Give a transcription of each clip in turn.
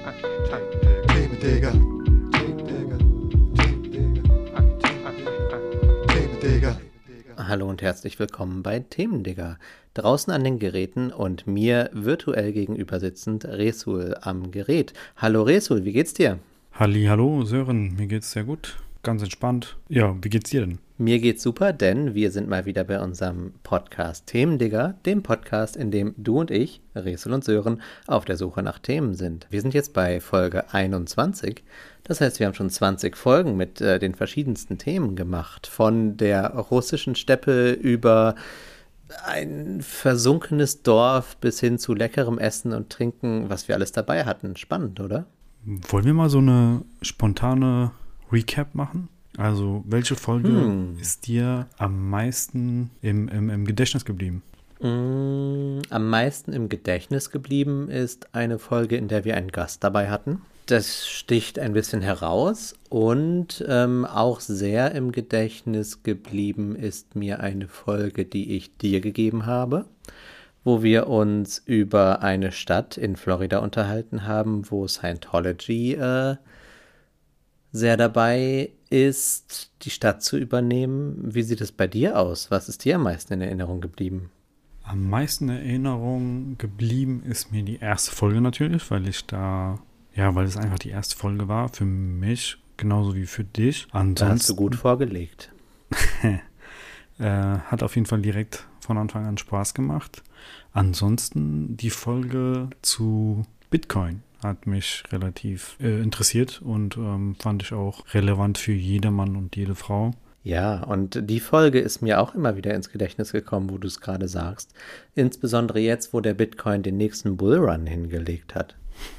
Themendigger. Hallo und herzlich willkommen bei Themendigger. Draußen an den Geräten und mir virtuell gegenüber sitzend Resul am Gerät. Hallo Resul, wie geht's dir? Hallo Sören, mir geht's sehr gut, ganz entspannt. Ja, wie geht's dir denn? Mir geht's super, denn wir sind mal wieder bei unserem Podcast Themendigger, dem Podcast, in dem du und ich, Resul und Sören, auf der Suche nach Themen sind. Wir sind jetzt bei Folge 21, das heißt, wir haben schon 20 Folgen mit den verschiedensten Themen gemacht, von der russischen Steppe über ein versunkenes Dorf bis hin zu leckerem Essen und Trinken, was wir alles dabei hatten. Spannend, oder? Wollen wir mal so eine spontane Recap machen? Also, welche Folge ist dir am meisten im Gedächtnis geblieben? Am meisten im Gedächtnis geblieben ist eine Folge, in der wir einen Gast dabei hatten. Das sticht ein bisschen heraus und auch sehr im Gedächtnis geblieben ist mir eine Folge, die ich dir gegeben habe, wo wir uns über eine Stadt in Florida unterhalten haben, wo Scientology sehr dabei ist, die Stadt zu übernehmen. Wie sieht es bei dir aus? Was ist dir am meisten in Erinnerung geblieben? Am meisten in Erinnerung geblieben ist mir die erste Folge natürlich, weil es einfach die erste Folge war für mich, genauso wie für dich. Da hast du gut vorgelegt. Hat auf jeden Fall direkt von Anfang an Spaß gemacht. Ansonsten die Folge zu Bitcoin hat mich relativ interessiert und fand ich auch relevant für jedermann und jede Frau. Ja, und die Folge ist mir auch immer wieder ins Gedächtnis gekommen, wo du es gerade sagst. Insbesondere jetzt, wo der Bitcoin den nächsten Bullrun hingelegt hat.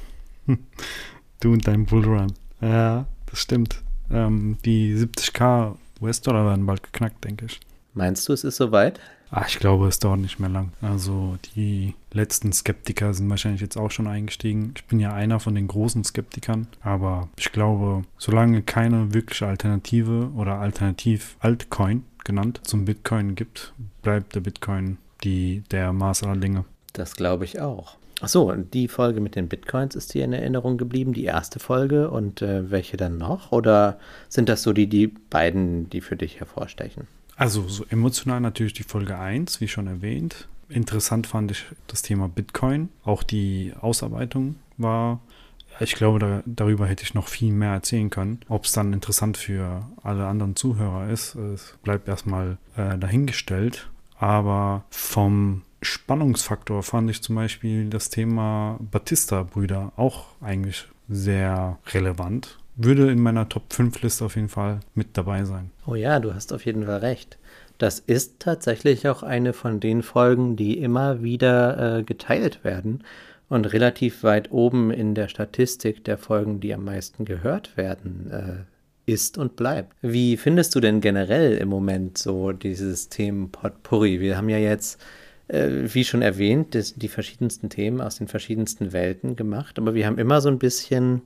Du und dein Bullrun. Ja, das stimmt. Die 70.000 US-Dollar werden bald geknackt, denke ich. Meinst du, es ist soweit? Ich glaube, es dauert nicht mehr lang. Also die letzten Skeptiker sind wahrscheinlich jetzt auch schon eingestiegen. Ich bin ja einer von den großen Skeptikern, aber ich glaube, solange keine wirkliche Alternative oder Alternativ-Altcoin genannt zum Bitcoin gibt, bleibt der Bitcoin der Maß aller Dinge. Das glaube ich auch. Achso, die Folge mit den Bitcoins ist dir in Erinnerung geblieben, die erste Folge, und welche dann noch? Oder sind das so die beiden, die für dich hervorstechen? Also so emotional natürlich die Folge 1, wie schon erwähnt. Interessant fand ich das Thema Bitcoin. Auch die Ausarbeitung war, ich glaube, darüber hätte ich noch viel mehr erzählen können. Ob es dann interessant für alle anderen Zuhörer ist, es bleibt erstmal dahingestellt. Aber vom Spannungsfaktor fand ich zum Beispiel das Thema Batista-Brüder auch eigentlich sehr relevant. Würde in meiner Top-5-Liste auf jeden Fall mit dabei sein. Oh ja, du hast auf jeden Fall recht. Das ist tatsächlich auch eine von den Folgen, die immer wieder geteilt werden und relativ weit oben in der Statistik der Folgen, die am meisten gehört werden, ist und bleibt. Wie findest du denn generell im Moment so dieses Themen-Potpourri? Wir haben ja jetzt, wie schon erwähnt, die verschiedensten Themen aus den verschiedensten Welten gemacht, aber wir haben immer so ein bisschen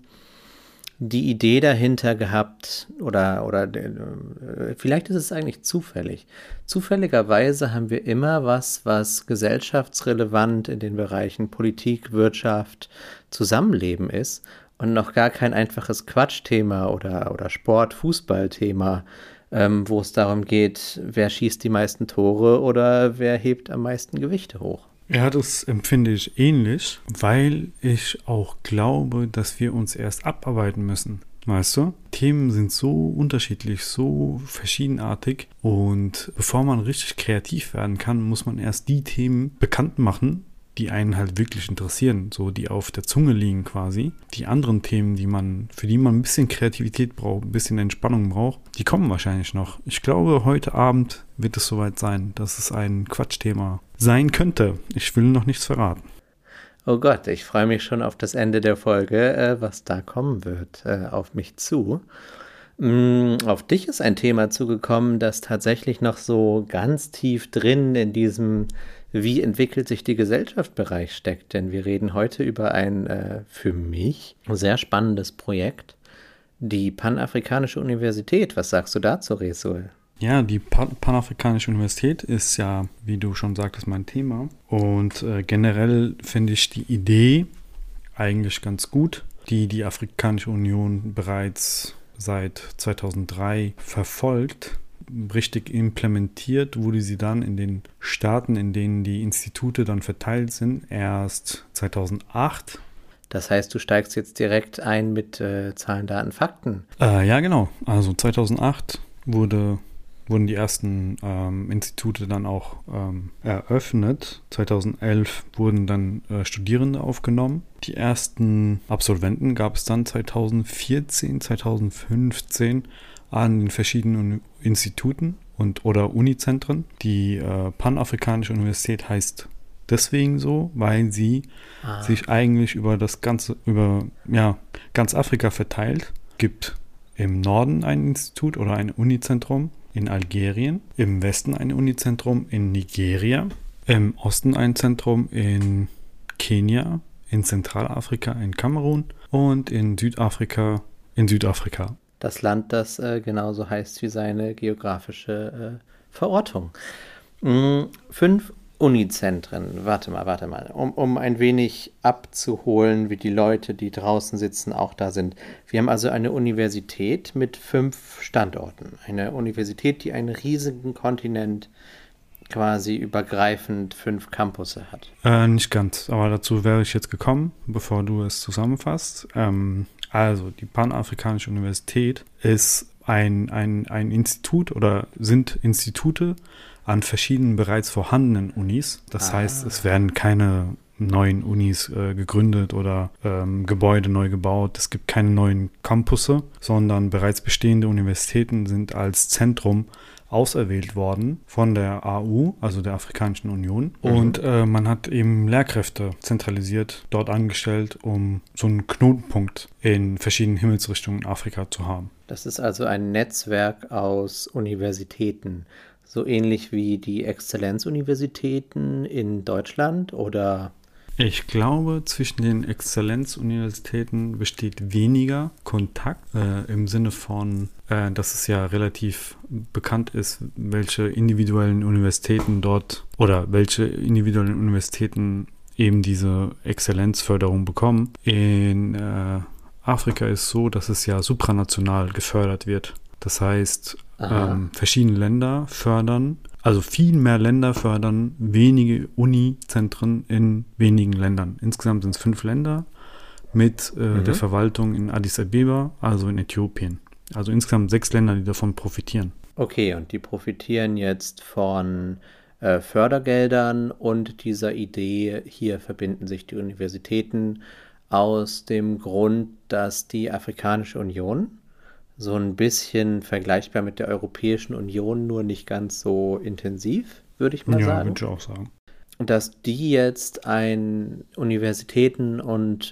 die Idee dahinter gehabt, oder vielleicht ist es eigentlich zufällig. Zufälligerweise haben wir immer was gesellschaftsrelevant in den Bereichen Politik, Wirtschaft, Zusammenleben ist und noch gar kein einfaches Quatschthema oder Sport-, Fußballthema, wo es darum geht, wer schießt die meisten Tore oder wer hebt am meisten Gewichte hoch. Ja, das empfinde ich ähnlich, weil ich auch glaube, dass wir uns erst abarbeiten müssen. Weißt du? Themen sind so unterschiedlich, so verschiedenartig, und bevor man richtig kreativ werden kann, muss man erst die Themen bekannt machen, die einen halt wirklich interessieren, so die auf der Zunge liegen quasi. Die anderen Themen, für die man ein bisschen Kreativität braucht, ein bisschen Entspannung braucht, die kommen wahrscheinlich noch. Ich glaube, heute Abend wird es soweit sein, dass es ein Quatschthema sein könnte. Ich will noch nichts verraten. Oh Gott, ich freue mich schon auf das Ende der Folge, was da kommen wird, auf mich zu. Auf dich ist ein Thema zugekommen, das tatsächlich noch so ganz tief drin in diesem wie entwickelt sich die Gesellschaft-Bereich steckt. Denn wir reden heute über ein für mich sehr spannendes Projekt, die Panafrikanische Universität. Was sagst du dazu, Resul? Ja, die Panafrikanische Universität ist ja, wie du schon sagtest, mein Thema. Und generell finde ich die Idee eigentlich ganz gut. die Afrikanische Union bereits seit 2003 verfolgt, richtig implementiert wurde sie dann in den Staaten, in denen die Institute dann verteilt sind, erst 2008. Das heißt, du steigst jetzt direkt ein mit Zahlen, Daten, Fakten. Ja, genau. Also 2008 wurden die ersten Institute dann auch eröffnet. 2011 wurden dann Studierende aufgenommen. Die ersten Absolventen gab es dann 2014, 2015 an den verschiedenen Instituten oder Unizentren. Die Panafrikanische Universität heißt deswegen so, weil sie sich eigentlich über ganz Afrika verteilt. Es gibt im Norden ein Institut oder ein Unizentrum in Algerien, im Westen ein Unizentrum in Nigeria, im Osten ein Zentrum in Kenia, in Zentralafrika in Kamerun und in Südafrika in Südafrika. Das Land, das genauso heißt wie seine geografische Verortung. 5 Unizentren, warte mal, um ein wenig abzuholen, wie die Leute, die draußen sitzen, auch da sind. Wir haben also eine Universität mit 5 Standorten. Eine Universität, die einen riesigen Kontinent quasi übergreifend 5 Campusse hat. Nicht ganz, aber dazu wäre ich jetzt gekommen, bevor du es zusammenfasst. Also die Panafrikanische Universität ist ein Institut oder sind Institute an verschiedenen bereits vorhandenen Unis. Das heißt, es werden keine neuen Unis gegründet oder Gebäude neu gebaut. Es gibt keine neuen Campusse, sondern bereits bestehende Universitäten sind als Zentrum auserwählt worden von der AU, also der Afrikanischen Union. Und man hat eben Lehrkräfte zentralisiert dort angestellt, um so einen Knotenpunkt in verschiedenen Himmelsrichtungen in Afrika zu haben. Das ist also ein Netzwerk aus Universitäten, so ähnlich wie die Exzellenzuniversitäten in Deutschland, oder? Ich glaube, zwischen den Exzellenzuniversitäten besteht weniger Kontakt im Sinne von, dass es ja relativ bekannt ist, welche individuellen Universitäten dort oder welche individuellen Universitäten eben diese Exzellenzförderung bekommen. In Afrika ist es so, dass es ja supranational gefördert wird. Das heißt, verschiedene Länder fördern, also viel mehr Länder fördern wenige Uni-Zentren in wenigen Ländern. Insgesamt sind es 5 Länder mit der Verwaltung in Addis Abeba, also in Äthiopien. Also insgesamt 6 Länder, die davon profitieren. Okay, und die profitieren jetzt von Fördergeldern und dieser Idee, hier verbinden sich die Universitäten aus dem Grund, dass die Afrikanische Union so ein bisschen vergleichbar mit der Europäischen Union, nur nicht ganz so intensiv, würde ich mal sagen. Ja, würde ich auch sagen. Dass die jetzt ein Universitäten- und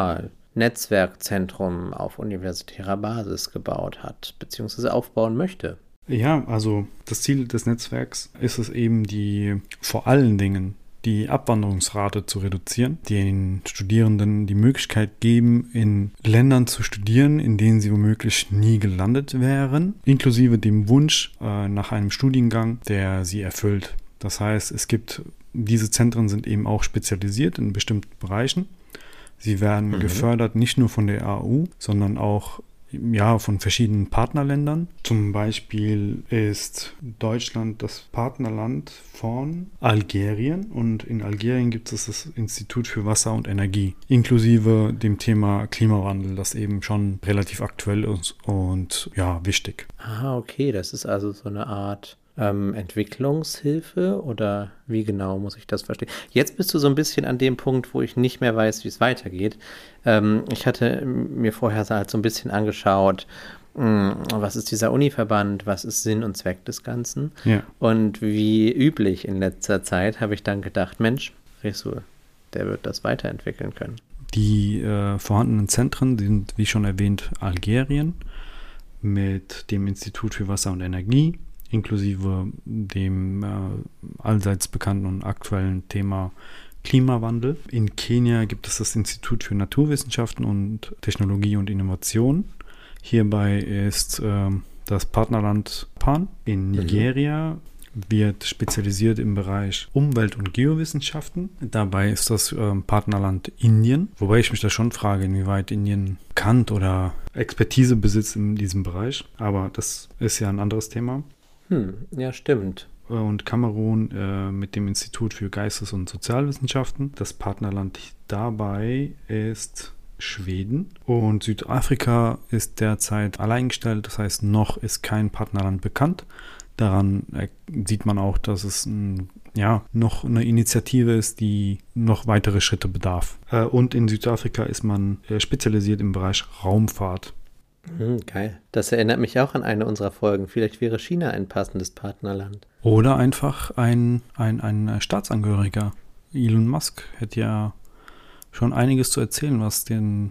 Netzwerkzentrum auf universitärer Basis gebaut hat, beziehungsweise aufbauen möchte. Ja, also das Ziel des Netzwerks ist es eben, vor allen Dingen die Abwanderungsrate zu reduzieren, den Studierenden die Möglichkeit geben, in Ländern zu studieren, in denen sie womöglich nie gelandet wären, inklusive dem Wunsch nach einem Studiengang, der sie erfüllt. Das heißt, diese Zentren sind eben auch spezialisiert in bestimmten Bereichen. Sie werden gefördert nicht nur von der AU, sondern auch von verschiedenen Partnerländern. Zum Beispiel ist Deutschland das Partnerland von Algerien und in Algerien gibt es das Institut für Wasser und Energie, inklusive dem Thema Klimawandel, das eben schon relativ aktuell ist und wichtig. Okay, das ist also so eine Art Entwicklungshilfe oder wie genau muss ich das verstehen? Jetzt bist du so ein bisschen an dem Punkt, wo ich nicht mehr weiß, wie es weitergeht. Ich hatte mir vorher halt so ein bisschen angeschaut, was ist dieser Univerband, was ist Sinn und Zweck des Ganzen? Ja. Und wie üblich in letzter Zeit habe ich dann gedacht, Mensch, Resul, der wird das weiterentwickeln können. Die vorhandenen Zentren sind, wie schon erwähnt, Algerien mit dem Institut für Wasser und Energie, inklusive dem allseits bekannten und aktuellen Thema Klimawandel. In Kenia gibt es das Institut für Naturwissenschaften und Technologie und Innovation. Hierbei ist das Partnerland Pan. In Nigeria wird spezialisiert im Bereich Umwelt- und Geowissenschaften. Dabei ist das Partnerland Indien, wobei ich mich da schon frage, inwieweit Indien bekannt oder Expertise besitzt in diesem Bereich. Aber das ist ja ein anderes Thema. Ja, stimmt. Und Kamerun mit dem Institut für Geistes- und Sozialwissenschaften. Das Partnerland dabei ist Schweden. Und Südafrika ist derzeit alleingestellt, das heißt, noch ist kein Partnerland bekannt. Daran sieht man auch, dass es noch eine Initiative ist, die noch weitere Schritte bedarf. Und in Südafrika ist man spezialisiert im Bereich Raumfahrt. Geil. Das erinnert mich auch an eine unserer Folgen. Vielleicht wäre China ein passendes Partnerland. Oder einfach ein Staatsangehöriger. Elon Musk hätte ja schon einiges zu erzählen, was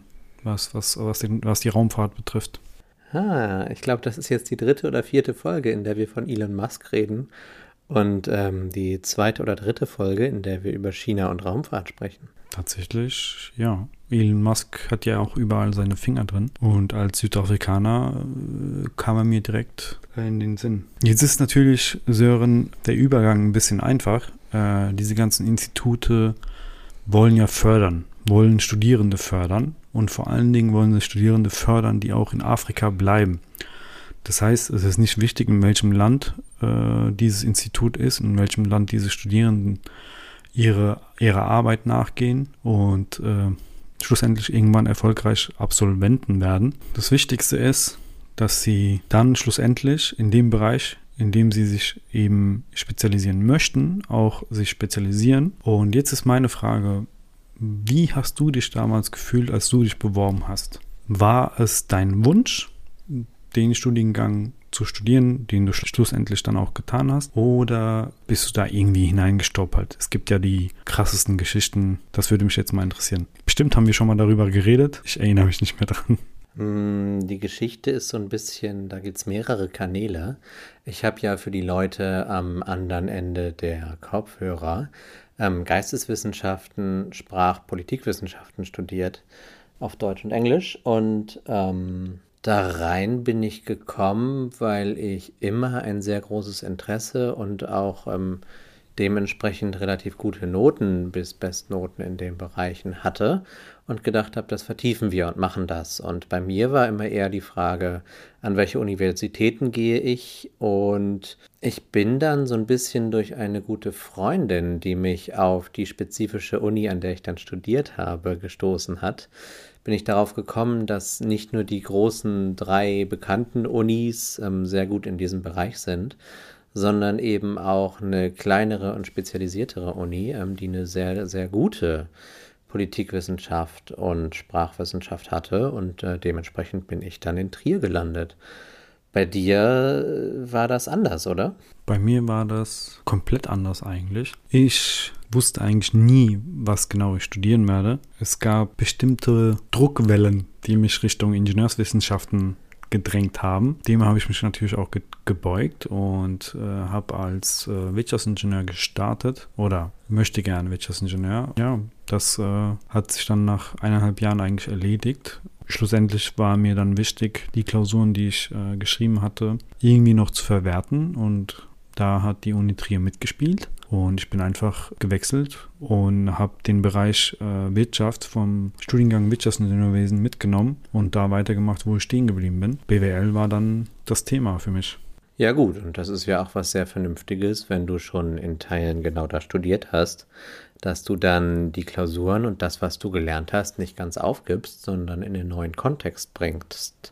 die Raumfahrt betrifft. Ich glaube, das ist jetzt die 3. oder 4. Folge, in der wir von Elon Musk reden. Und die 2. oder 3. Folge, in der wir über China und Raumfahrt sprechen. Tatsächlich, ja. Elon Musk hat ja auch überall seine Finger drin. Und als Südafrikaner kam er mir direkt in den Sinn. Jetzt ist natürlich, Sören, der Übergang ein bisschen einfach. Diese ganzen Institute wollen ja fördern, wollen Studierende fördern. Und vor allen Dingen wollen sie Studierende fördern, die auch in Afrika bleiben. Das heißt, es ist nicht wichtig, in welchem Land dieses Institut ist, in welchem Land diese Studierenden ihrer Arbeit nachgehen und schlussendlich irgendwann erfolgreich Absolventen werden. Das Wichtigste ist, dass sie dann schlussendlich in dem Bereich, in dem sie sich eben spezialisieren möchten, auch sich spezialisieren. Und jetzt ist meine Frage: Wie hast du dich damals gefühlt, als du dich beworben hast? War es dein Wunsch, den Studiengang zu studieren, den du schlussendlich dann auch getan hast? Oder bist du da irgendwie hineingestolpert? Es gibt ja die krassesten Geschichten, das würde mich jetzt mal interessieren. Bestimmt haben wir schon mal darüber geredet, ich erinnere mich nicht mehr dran. Die Geschichte ist so ein bisschen, da gibt es mehrere Kanäle. Ich habe ja für die Leute am anderen Ende der Kopfhörer Geisteswissenschaften, Politikwissenschaften studiert, auf Deutsch und Englisch. Und da rein bin ich gekommen, weil ich immer ein sehr großes Interesse und auch dementsprechend relativ gute Noten bis Bestnoten in den Bereichen hatte und gedacht habe, das vertiefen wir und machen das. Und bei mir war immer eher die Frage, an welche Universitäten gehe ich? Und ich bin dann so ein bisschen durch eine gute Freundin, die mich auf die spezifische Uni, an der ich dann studiert habe, gestoßen hat, bin ich darauf gekommen, dass nicht nur die großen 3 bekannten Unis sehr gut in diesem Bereich sind, sondern eben auch eine kleinere und spezialisiertere Uni, die eine sehr, sehr gute Politikwissenschaft und Sprachwissenschaft hatte. Und dementsprechend bin ich dann in Trier gelandet. Bei dir war das anders, oder? Bei mir war das komplett anders eigentlich. Ich wusste eigentlich nie, was genau ich studieren werde. Es gab bestimmte Druckwellen, die mich Richtung Ingenieurswissenschaften gedrängt haben. Dem habe ich mich natürlich auch gebeugt und habe als Wirtschaftsingenieur gestartet oder möchte gerne Wirtschaftsingenieur. Ja, das hat sich dann nach 1,5 Jahren eigentlich erledigt. Schlussendlich war mir dann wichtig, die Klausuren, die ich geschrieben hatte, irgendwie noch zu verwerten, und da hat die Uni Trier mitgespielt. Und ich bin einfach gewechselt und habe den Bereich Wirtschaft vom Studiengang Wirtschaftsingenieurwesen mitgenommen und da weitergemacht, wo ich stehen geblieben bin. BWL war dann das Thema für mich. Ja gut, und das ist ja auch was sehr Vernünftiges, wenn du schon in Teilen genau da studiert hast, dass du dann die Klausuren und das, was du gelernt hast, nicht ganz aufgibst, sondern in den neuen Kontext bringst.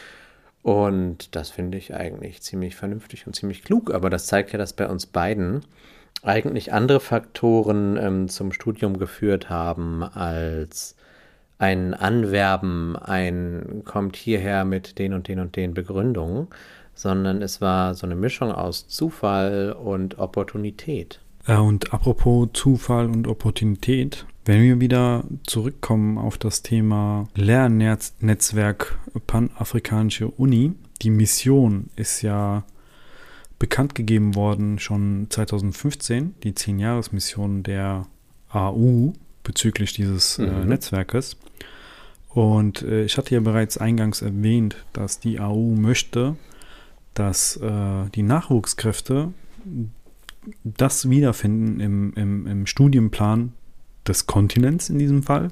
Und das finde ich eigentlich ziemlich vernünftig und ziemlich klug, aber das zeigt ja, dass bei uns beiden eigentlich andere Faktoren zum Studium geführt haben als ein Anwerben, ein kommt hierher mit den und den und den Begründungen, sondern es war so eine Mischung aus Zufall und Opportunität. Und apropos Zufall und Opportunität, wenn wir wieder zurückkommen auf das Thema Lernnetzwerk Panafrikanische Uni, die Mission ist ja bekannt gegeben worden schon 2015, die 10-Jahres-Mission der AU bezüglich dieses Netzwerkes. Und ich hatte ja bereits eingangs erwähnt, dass die AU möchte, dass die Nachwuchskräfte das wiederfinden im Studienplan des Kontinents in diesem Fall,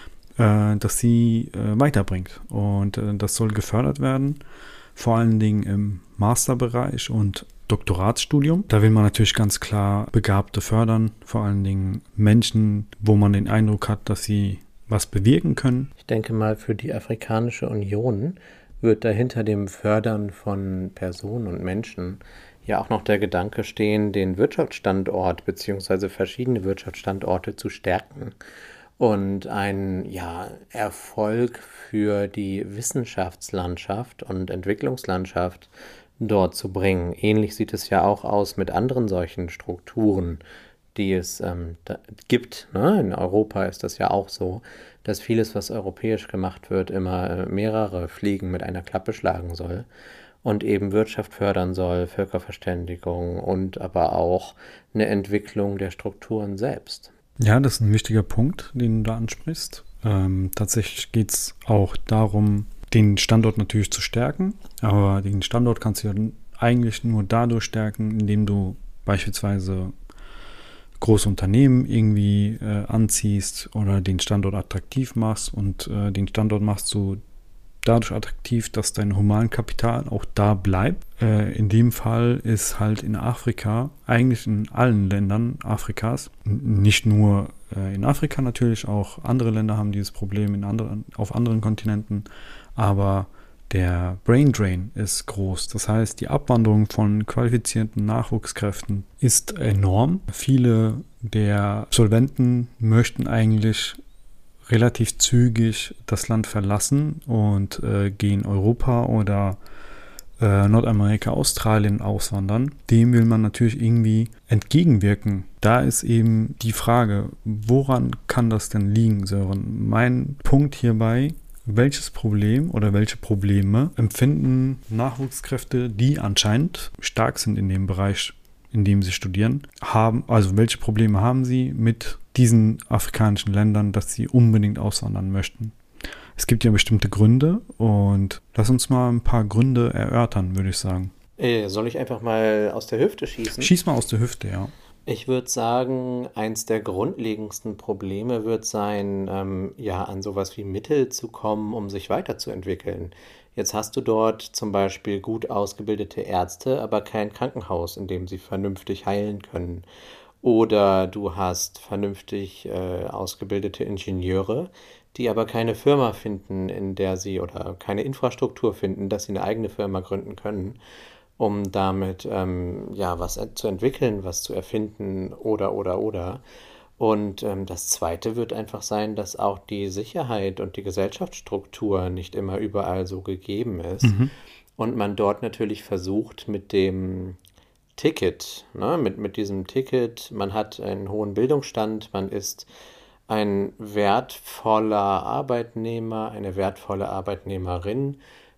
das sie weiterbringt. Und das soll gefördert werden, vor allen Dingen im Masterbereich und Doktoratsstudium. Da will man natürlich ganz klar Begabte fördern, vor allen Dingen Menschen, wo man den Eindruck hat, dass sie was bewirken können. Ich denke mal, für die Afrikanische Union wird dahinter dem Fördern von Personen und Menschen ja auch noch der Gedanke stehen, den Wirtschaftsstandort bzw. verschiedene Wirtschaftsstandorte zu stärken und einen Erfolg für die Wissenschaftslandschaft und Entwicklungslandschaft dort zu bringen. Ähnlich sieht es ja auch aus mit anderen solchen Strukturen, die es gibt. Ne? In Europa ist das ja auch so, dass vieles, was europäisch gemacht wird, immer mehrere Fliegen mit einer Klappe schlagen soll und eben Wirtschaft fördern soll, Völkerverständigung und aber auch eine Entwicklung der Strukturen selbst. Ja, das ist ein wichtiger Punkt, den du da ansprichst. Tatsächlich geht es auch darum, den Standort natürlich zu stärken, aber den Standort kannst du ja eigentlich nur dadurch stärken, indem du beispielsweise große Unternehmen irgendwie anziehst oder den Standort attraktiv machst und den Standort machst du dadurch attraktiv, dass dein Humankapital auch da bleibt. In dem Fall ist halt in Afrika, eigentlich in allen Ländern Afrikas, nicht nur in Afrika natürlich, auch andere Länder haben dieses Problem auf anderen Kontinenten, aber der Brain Drain ist groß. Das heißt, die Abwanderung von qualifizierten Nachwuchskräften ist enorm. Viele der Absolventen möchten eigentlich relativ zügig das Land verlassen und gehen Europa oder Nordamerika, Australien auswandern. Dem will man natürlich irgendwie entgegenwirken. Da ist eben die Frage, woran kann das denn liegen, Sören? Mein Punkt hierbei: Welches Problem oder welche Probleme empfinden Nachwuchskräfte, die anscheinend stark sind in dem Bereich, in dem sie studieren, haben? Also welche Probleme haben sie mit diesen afrikanischen Ländern, dass sie unbedingt auswandern möchten? Es gibt ja bestimmte Gründe und lass uns mal ein paar Gründe erörtern, würde ich sagen. Soll ich einfach mal aus der Hüfte schießen? Schieß mal aus der Hüfte, ja. Ich würde sagen, eins der grundlegendsten Probleme wird sein, an sowas wie Mittel zu kommen, um sich weiterzuentwickeln. Jetzt hast du dort zum Beispiel gut ausgebildete Ärzte, aber kein Krankenhaus, in dem sie vernünftig heilen können. Oder du hast vernünftig ausgebildete Ingenieure, die aber keine Firma finden, oder keine Infrastruktur finden, dass sie eine eigene Firma gründen können, um damit was zu entwickeln, was zu erfinden oder. Und das Zweite wird einfach sein, dass auch die Sicherheit und die Gesellschaftsstruktur nicht immer überall so gegeben ist. Und man dort natürlich versucht mit dem Ticket, ne, mit diesem Ticket, man hat einen hohen Bildungsstand, man ist ein wertvoller Arbeitnehmer, eine wertvolle Arbeitnehmerin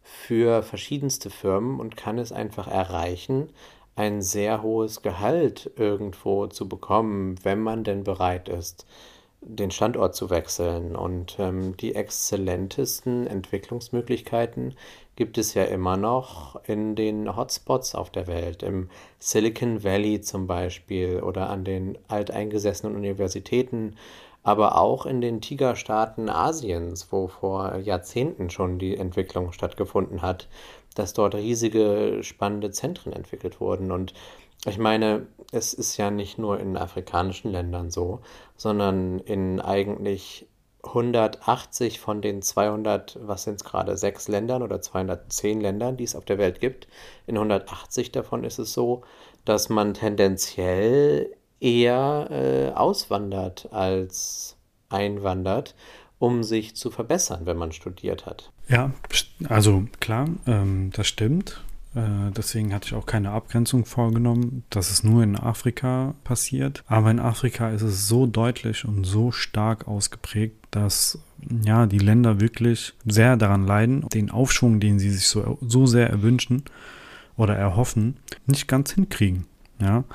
für verschiedenste Firmen und kann es einfach erreichen, ein sehr hohes Gehalt irgendwo zu bekommen, wenn man denn bereit ist, den Standort zu wechseln. Und die exzellentesten Entwicklungsmöglichkeiten gibt es ja immer noch in den Hotspots auf der Welt, im Silicon Valley zum Beispiel oder an den alteingesessenen Universitäten, aber auch in den Tigerstaaten Asiens, wo vor Jahrzehnten schon die Entwicklung stattgefunden hat, dass dort riesige, spannende Zentren entwickelt wurden. Und ich meine, es ist ja nicht nur in afrikanischen Ländern so, sondern in eigentlich 180 von den 200, was sind es gerade, 6 Ländern oder 210 Ländern, die es auf der Welt gibt. In 180 davon ist es so, dass man tendenziell eher auswandert als einwandert, um sich zu verbessern, wenn man studiert hat. Ja, also klar, das stimmt. Deswegen hatte ich auch keine Abgrenzung vorgenommen, dass es nur in Afrika passiert. Aber in Afrika ist es so deutlich und so stark ausgeprägt, dass ja die Länder wirklich sehr daran leiden, den Aufschwung, den sie sich so sehr erwünschen oder erhoffen, nicht ganz hinkriegen. Ja.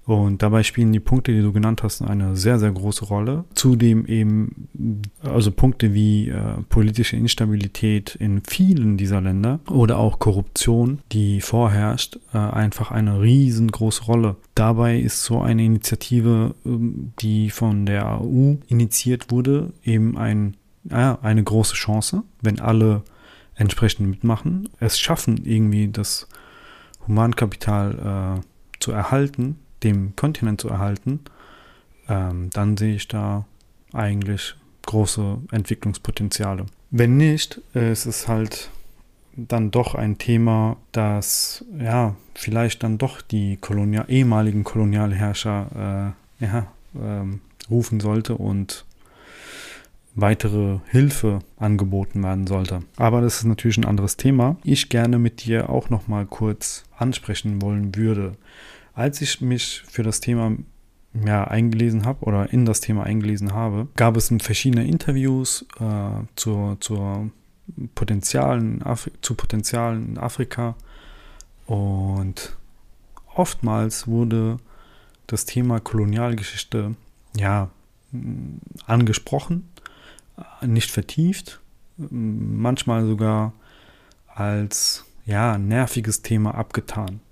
Und dabei spielen die Punkte, die du genannt hast, eine sehr, sehr große Rolle. Zudem eben, also Punkte wie politische Instabilität in vielen dieser Länder oder auch Korruption, die vorherrscht, einfach eine riesengroße Rolle. Dabei ist so eine Initiative, die von der EU initiiert wurde, eben eine große Chance, wenn alle entsprechend mitmachen, es schaffen, irgendwie das Humankapital zu erhalten, dem Kontinent zu erhalten, dann sehe ich da eigentlich große Entwicklungspotenziale. Wenn nicht, ist es halt dann doch ein Thema, das ja vielleicht dann doch die ehemaligen Kolonialherrscher rufen sollte und weitere Hilfe angeboten werden sollte. Aber das ist natürlich ein anderes Thema. Ich gerne mit dir auch noch mal kurz ansprechen wollen würde. Als ich mich für das Thema eingelesen habe oder in das Thema eingelesen habe, gab es verschiedene Interviews zu Potenzialen in Afrika und oftmals wurde das Thema Kolonialgeschichte angesprochen, nicht vertieft, manchmal sogar als nerviges Thema abgetan.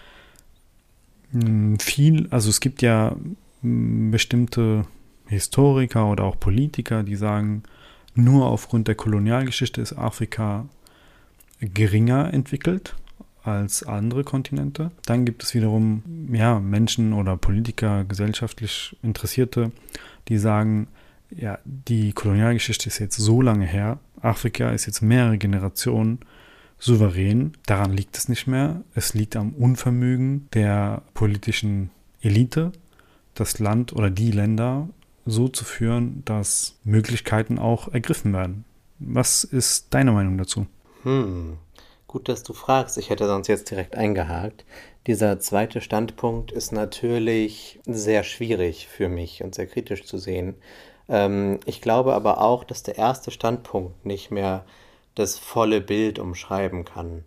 Also es gibt ja bestimmte Historiker oder auch Politiker, die sagen, nur aufgrund der Kolonialgeschichte ist Afrika geringer entwickelt als andere Kontinente. Dann gibt es wiederum Menschen oder Politiker, gesellschaftlich Interessierte, die sagen, die Kolonialgeschichte ist jetzt so lange her, Afrika ist jetzt mehrere Generationen souverän, daran liegt es nicht mehr. Es liegt am Unvermögen der politischen Elite, das Land oder die Länder so zu führen, dass Möglichkeiten auch ergriffen werden. Was ist deine Meinung dazu? Gut, dass du fragst. Ich hätte sonst jetzt direkt eingehakt. Dieser zweite Standpunkt ist natürlich sehr schwierig für mich und sehr kritisch zu sehen. Ich glaube aber auch, dass der erste Standpunkt nicht mehr das volle Bild umschreiben kann.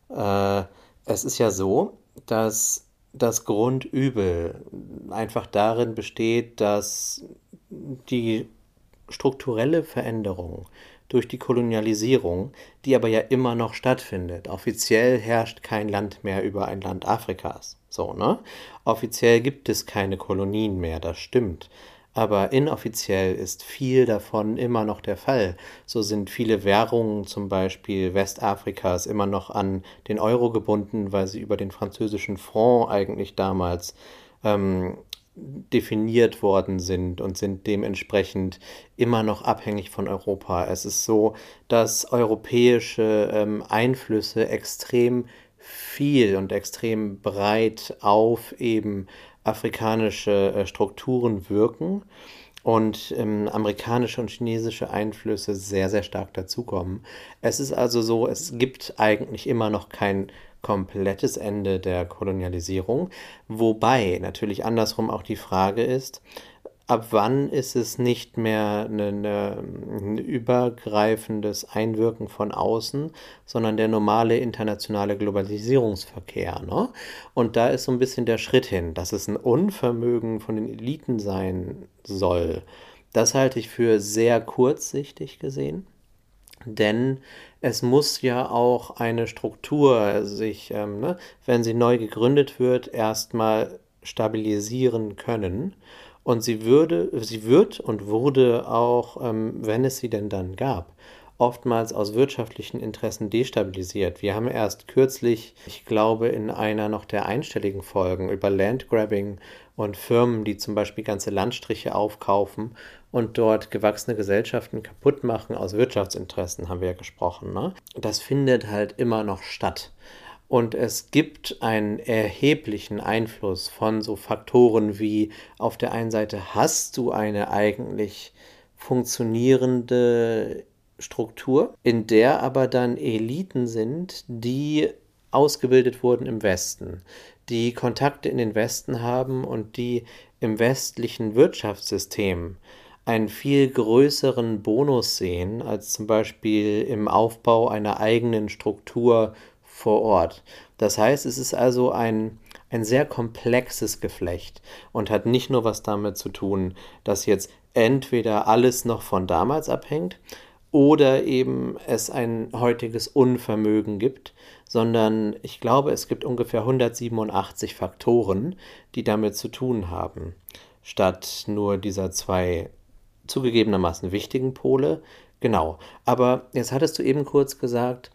Es ist ja so, dass das Grundübel einfach darin besteht, dass die strukturelle Veränderung durch die Kolonialisierung, die aber ja immer noch stattfindet. Offiziell herrscht kein Land mehr über ein Land Afrikas. So, ne? Offiziell gibt es keine Kolonien mehr, das stimmt. Aber inoffiziell ist viel davon immer noch der Fall. So sind viele Währungen, zum Beispiel Westafrikas, immer noch an den Euro gebunden, weil sie über den französischen Franc eigentlich damals definiert worden sind und sind dementsprechend immer noch abhängig von Europa. Es ist so, dass europäische Einflüsse extrem viel und extrem breit auf eben afrikanische Strukturen wirken und amerikanische und chinesische Einflüsse sehr, sehr stark dazukommen. Es ist also so, es gibt eigentlich immer noch kein komplettes Ende der Kolonialisierung, wobei natürlich andersrum auch die Frage ist, ab wann ist es nicht mehr ein übergreifendes Einwirken von außen, sondern der normale internationale Globalisierungsverkehr, ne? Und da ist so ein bisschen der Schritt hin, dass es ein Unvermögen von den Eliten sein soll. Das halte ich für sehr kurzsichtig gesehen. Denn es muss ja auch eine Struktur sich, wenn sie neu gegründet wird, erstmal stabilisieren können. Und sie wird und wurde auch, wenn es sie denn dann gab, oftmals aus wirtschaftlichen Interessen destabilisiert. Wir haben erst kürzlich, ich glaube, in einer noch der einstelligen Folgen über Landgrabbing und Firmen, die zum Beispiel ganze Landstriche aufkaufen und dort gewachsene Gesellschaften kaputt machen aus Wirtschaftsinteressen, haben wir ja gesprochen, ne? Das findet halt immer noch statt. Und es gibt einen erheblichen Einfluss von so Faktoren wie auf der einen Seite hast du eine eigentlich funktionierende Struktur, in der aber dann Eliten sind, die ausgebildet wurden im Westen, die Kontakte in den Westen haben und die im westlichen Wirtschaftssystem einen viel größeren Bonus sehen als zum Beispiel im Aufbau einer eigenen Struktur vor Ort. Das heißt, es ist also ein ein sehr komplexes Geflecht und hat nicht nur was damit zu tun, dass jetzt entweder alles noch von damals abhängt oder eben es ein heutiges Unvermögen gibt, sondern ich glaube, es gibt ungefähr 187 Faktoren, die damit zu tun haben, statt nur dieser zwei zugegebenermaßen wichtigen Pole. Genau, aber jetzt hattest du eben kurz gesagt,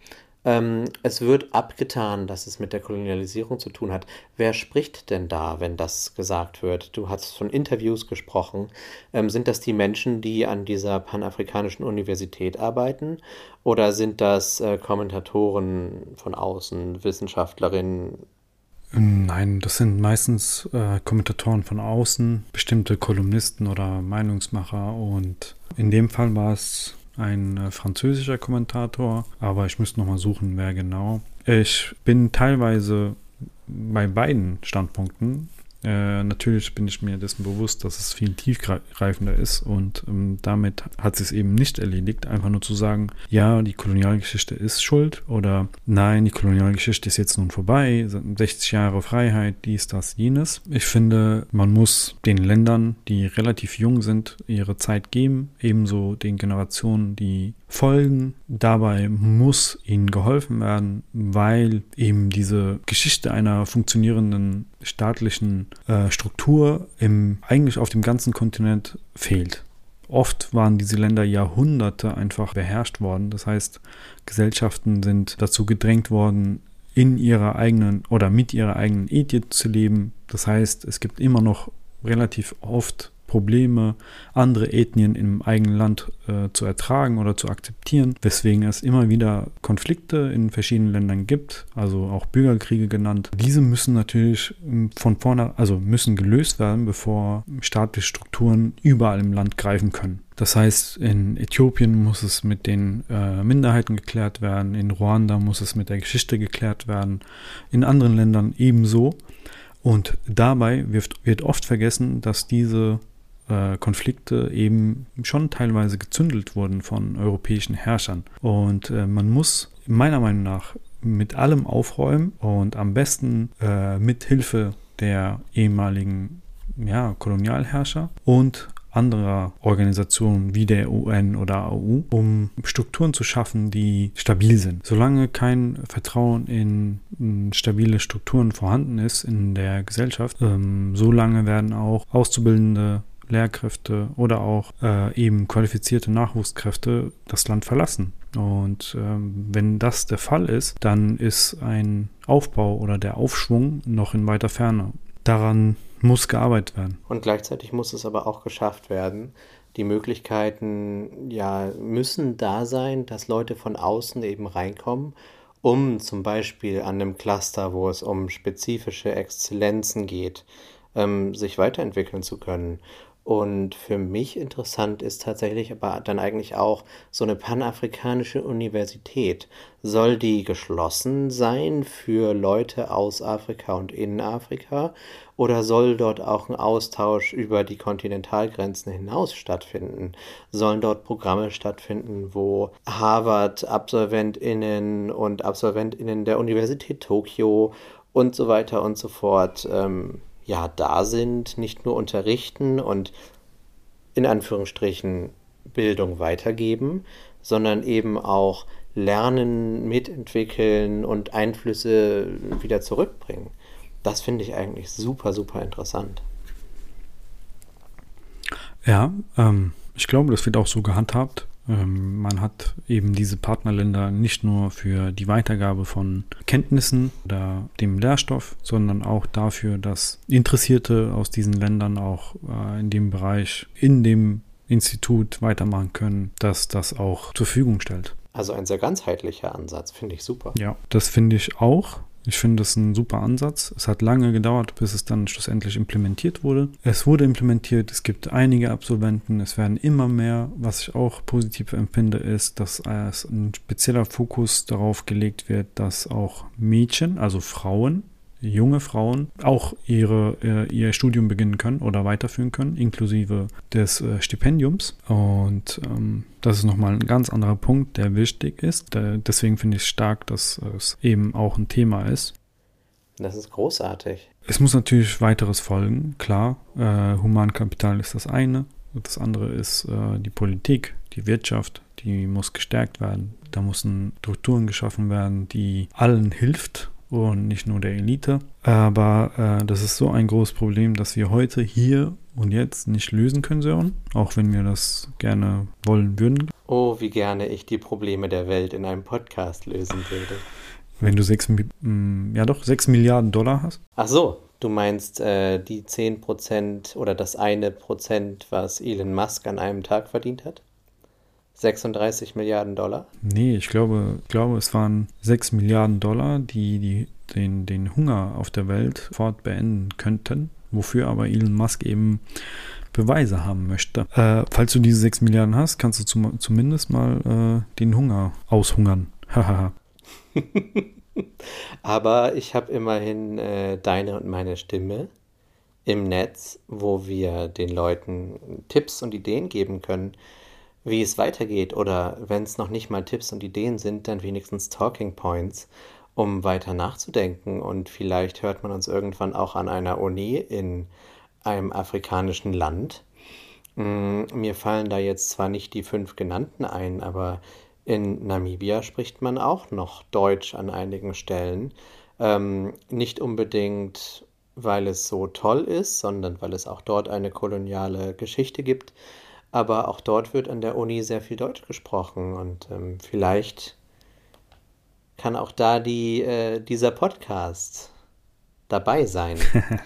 es wird abgetan, dass es mit der Kolonialisierung zu tun hat. Wer spricht denn da, wenn das gesagt wird? Du hast von Interviews gesprochen. Sind das die Menschen, die an dieser panafrikanischen Universität arbeiten? Oder sind das Kommentatoren von außen, Wissenschaftlerinnen? Nein, das sind meistens Kommentatoren von außen, bestimmte Kolumnisten oder Meinungsmacher, und in dem Fall war es ein französischer Kommentator, aber ich müsste nochmal suchen, wer genau. Ich bin teilweise bei beiden Standpunkten. Natürlich bin ich mir dessen bewusst, dass es viel tiefgreifender ist, und damit hat es eben nicht erledigt, einfach nur zu sagen, ja, die Kolonialgeschichte ist schuld, oder nein, die Kolonialgeschichte ist jetzt nun vorbei, 60 Jahre Freiheit, dies, das, jenes. Ich finde, man muss den Ländern, die relativ jung sind, ihre Zeit geben, ebenso den Generationen, die folgen. Dabei muss ihnen geholfen werden, weil eben diese Geschichte einer funktionierenden staatlichen Struktur eigentlich auf dem ganzen Kontinent fehlt. Oft waren diese Länder Jahrhunderte einfach beherrscht worden. Das heißt, Gesellschaften sind dazu gedrängt worden, in ihrer eigenen oder mit ihrer eigenen Ethik zu leben. Das heißt, es gibt immer noch relativ oft Probleme, andere Ethnien im eigenen Land zu ertragen oder zu akzeptieren, weswegen es immer wieder Konflikte in verschiedenen Ländern gibt, also auch Bürgerkriege genannt. Diese müssen natürlich von vorne, also müssen gelöst werden, bevor staatliche Strukturen überall im Land greifen können. Das heißt, in Äthiopien muss es mit den Minderheiten geklärt werden, in Ruanda muss es mit der Geschichte geklärt werden, in anderen Ländern ebenso. Und dabei wird oft vergessen, dass diese Konflikte eben schon teilweise gezündelt wurden von europäischen Herrschern. Und man muss meiner Meinung nach mit allem aufräumen und am besten mit Hilfe der ehemaligen Kolonialherrscher und anderer Organisationen wie der UN oder AU, um Strukturen zu schaffen, die stabil sind. Solange kein Vertrauen in stabile Strukturen vorhanden ist in der Gesellschaft, solange werden auch auszubildende Lehrkräfte oder auch eben qualifizierte Nachwuchskräfte das Land verlassen. Und wenn das der Fall ist, dann ist ein Aufbau oder der Aufschwung noch in weiter Ferne. Daran muss gearbeitet werden. Und gleichzeitig muss es aber auch geschafft werden. Die Möglichkeiten müssen da sein, dass Leute von außen eben reinkommen, um zum Beispiel an einem Cluster, wo es um spezifische Exzellenzen geht, sich weiterentwickeln zu können. Und für mich interessant ist tatsächlich aber dann eigentlich auch so eine panafrikanische Universität. Soll die geschlossen sein für Leute aus Afrika und in Afrika? Oder soll dort auch ein Austausch über die Kontinentalgrenzen hinaus stattfinden? Sollen dort Programme stattfinden, wo Harvard-AbsolventInnen und AbsolventInnen der Universität Tokio und so weiter und so fort da sind, nicht nur unterrichten und in Anführungsstrichen Bildung weitergeben, sondern eben auch lernen, mitentwickeln und Einflüsse wieder zurückbringen. Das finde ich eigentlich super, super interessant. Ja, ich glaube, das wird auch so gehandhabt. Man hat eben diese Partnerländer nicht nur für die Weitergabe von Kenntnissen oder dem Lehrstoff, sondern auch dafür, dass Interessierte aus diesen Ländern auch in dem Bereich, in dem Institut weitermachen können, dass das auch zur Verfügung stellt. Also ein sehr ganzheitlicher Ansatz, finde ich super. Ja, das finde ich auch. Ich finde das ein super Ansatz. Es hat lange gedauert, bis es dann schlussendlich implementiert wurde. Es wurde implementiert, es gibt einige Absolventen, es werden immer mehr. Was ich auch positiv empfinde, ist, dass es ein spezieller Fokus darauf gelegt wird, dass auch Mädchen, also Frauen, junge Frauen, auch ihr Studium beginnen können oder weiterführen können, inklusive des Stipendiums. Und das ist nochmal ein ganz anderer Punkt, der wichtig ist. Deswegen finde ich es stark, dass es eben auch ein Thema ist. Das ist großartig. Es muss natürlich weiteres folgen, klar. Humankapital ist das eine. Das andere ist die Politik, die Wirtschaft, die muss gestärkt werden. Da müssen Strukturen geschaffen werden, die allen hilft und nicht nur der Elite. Aber das ist so ein großes Problem, dass wir heute hier und jetzt nicht lösen können, Sören, auch wenn wir das gerne wollen würden. Oh, wie gerne ich die Probleme der Welt in einem Podcast lösen würde. Wenn du 6 Milliarden Dollar hast. Ach so, du meinst die 10% oder das 1%, was Elon Musk an einem Tag verdient hat? 36 Milliarden Dollar? Nee, ich glaube, es waren 6 Milliarden Dollar, die den Hunger auf der Welt fort beenden könnten, wofür aber Elon Musk eben Beweise haben möchte. Falls du diese 6 Milliarden hast, kannst du zumindest mal den Hunger aushungern. Hahaha. Aber ich habe immerhin deine und meine Stimme im Netz, wo wir den Leuten Tipps und Ideen geben können, wie es weitergeht. Oder wenn es noch nicht mal Tipps und Ideen sind, dann wenigstens Talking Points, um weiter nachzudenken. Und vielleicht hört man uns irgendwann auch an einer Uni in einem afrikanischen Land. Mir fallen da jetzt zwar nicht die 5 genannten ein, aber in Namibia spricht man auch noch Deutsch an einigen Stellen. Nicht unbedingt, weil es so toll ist, sondern weil es auch dort eine koloniale Geschichte gibt. Aber auch dort wird an der Uni sehr viel Deutsch gesprochen. Und vielleicht kann auch da dieser Podcast dabei sein.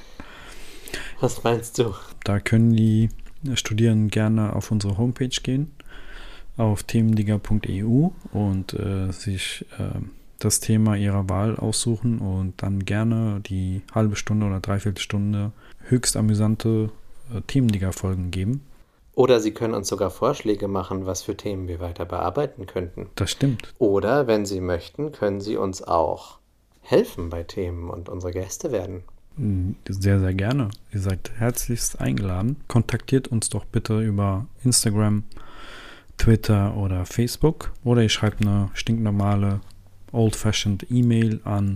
Was meinst du? Da können die Studierenden gerne auf unsere Homepage gehen, auf themendigger.eu und sich das Thema ihrer Wahl aussuchen und dann gerne die halbe Stunde oder Dreiviertelstunde höchst amüsante Themendigger-Folgen geben. Oder Sie können uns sogar Vorschläge machen, was für Themen wir weiter bearbeiten könnten. Das stimmt. Oder, wenn Sie möchten, können Sie uns auch helfen bei Themen und unsere Gäste werden. Sehr, sehr gerne. Ihr seid herzlichst eingeladen. Kontaktiert uns doch bitte über Instagram, Twitter oder Facebook. Oder ihr schreibt eine stinknormale old-fashioned E-Mail an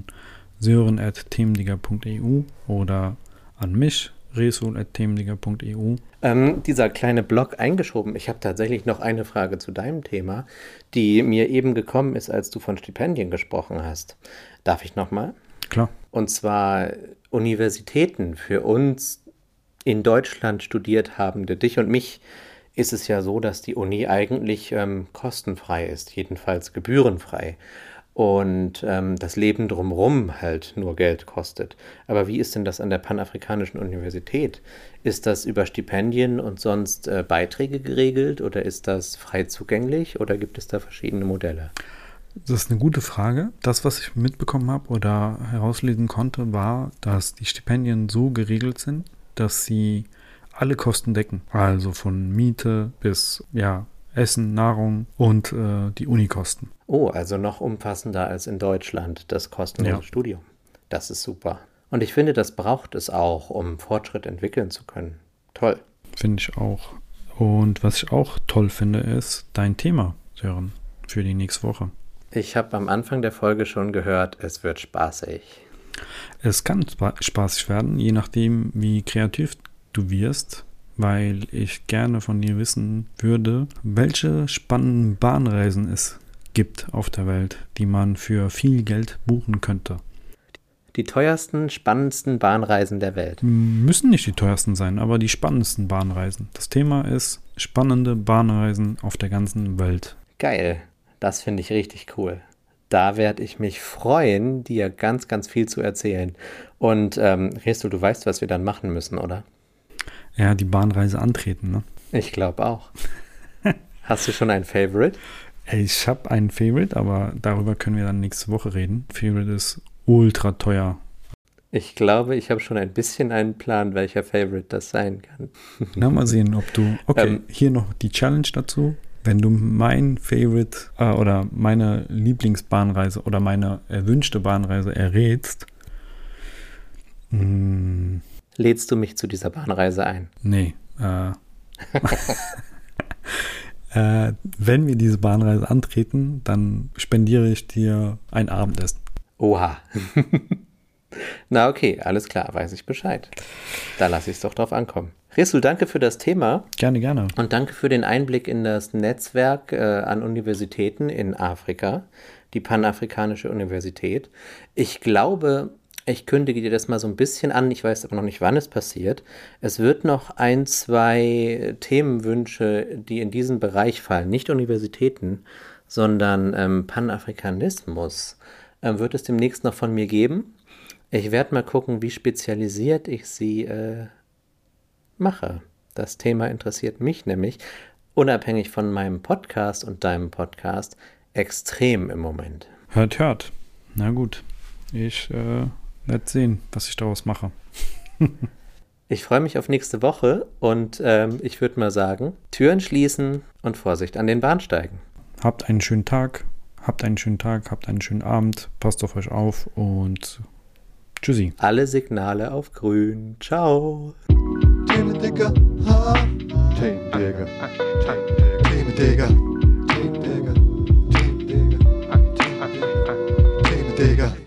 sören@themendigger.eu oder an mich, resul@themendigger.eu. Dieser kleine Blog eingeschoben. Ich habe tatsächlich noch eine Frage zu deinem Thema, die mir eben gekommen ist, als du von Stipendien gesprochen hast. Darf ich nochmal? Klar. Und zwar Universitäten für uns in Deutschland studiert Habende, dich und mich, ist es ja so, dass die Uni eigentlich kostenfrei ist, jedenfalls gebührenfrei. Und das Leben drumherum halt nur Geld kostet. Aber wie ist denn das an der Panafrikanischen Universität? Ist das über Stipendien und sonst Beiträge geregelt oder ist das frei zugänglich oder gibt es da verschiedene Modelle? Das ist eine gute Frage. Das, was ich mitbekommen habe oder herauslesen konnte, war, dass die Stipendien so geregelt sind, dass sie alle Kosten decken. Also von Miete bis Essen, Nahrung und die Unikosten. Oh, also noch umfassender als in Deutschland, das kostenlose Studium. Das ist super. Und ich finde, das braucht es auch, um Fortschritt entwickeln zu können. Toll. Finde ich auch. Und was ich auch toll finde, ist dein Thema, Sören, für die nächste Woche. Ich habe am Anfang der Folge schon gehört, es wird spaßig. Es kann spaßig werden, je nachdem, wie kreativ du wirst, weil ich gerne von dir wissen würde, welche spannenden Bahnreisen es gibt auf der Welt, die man für viel Geld buchen könnte. Die teuersten, spannendsten Bahnreisen der Welt. Müssen nicht die teuersten sein, aber die spannendsten Bahnreisen. Das Thema ist spannende Bahnreisen auf der ganzen Welt. Geil, das finde ich richtig cool. Da werde ich mich freuen, dir ganz, ganz viel zu erzählen. Und Restu, du weißt, was wir dann machen müssen, oder? Ja, die Bahnreise antreten, ne? Ich glaube auch. Hast du schon ein Favorite? Ich habe einen Favorite, aber darüber können wir dann nächste Woche reden. Favorite ist ultra teuer. Ich glaube, ich habe schon ein bisschen einen Plan, welcher Favorite das sein kann. Na, mal sehen, ob du... Okay, hier noch die Challenge dazu. Wenn du mein Favorite oder meine Lieblingsbahnreise oder meine erwünschte Bahnreise errätst... Lädst du mich zu dieser Bahnreise ein? Nee. Wenn wir diese Bahnreise antreten, dann spendiere ich dir ein Abendessen. Oha. Na okay, alles klar, weiß ich Bescheid. Da lasse ich es doch drauf ankommen. Resul, danke für das Thema Gerne, gerne. und danke für den Einblick in das Netzwerk an Universitäten in Afrika, die Panafrikanische Universität. Ich glaube, ich kündige dir das mal so ein bisschen an, ich weiß aber noch nicht, wann es passiert. Es wird noch ein, zwei Themenwünsche, die in diesen Bereich fallen, nicht Universitäten, sondern Panafrikanismus, wird es demnächst noch von mir geben. Ich werde mal gucken, wie spezialisiert ich sie mache. Das Thema interessiert mich nämlich, unabhängig von meinem Podcast und deinem Podcast, extrem im Moment. Hört, hört. Na gut, ich werde sehen, was ich daraus mache. Ich freue mich auf nächste Woche und ich würde mal sagen, Türen schließen und Vorsicht an den Bahnsteigen. Habt einen schönen Tag, habt einen schönen Tag, habt einen schönen Abend, passt auf euch auf und tschüssi. Alle Signale auf grün. Ciao. Themen, Digga, ha. Themen, Digga. Themen, Digga. Themen, Digga. Themen, Digga. Themen, Digga.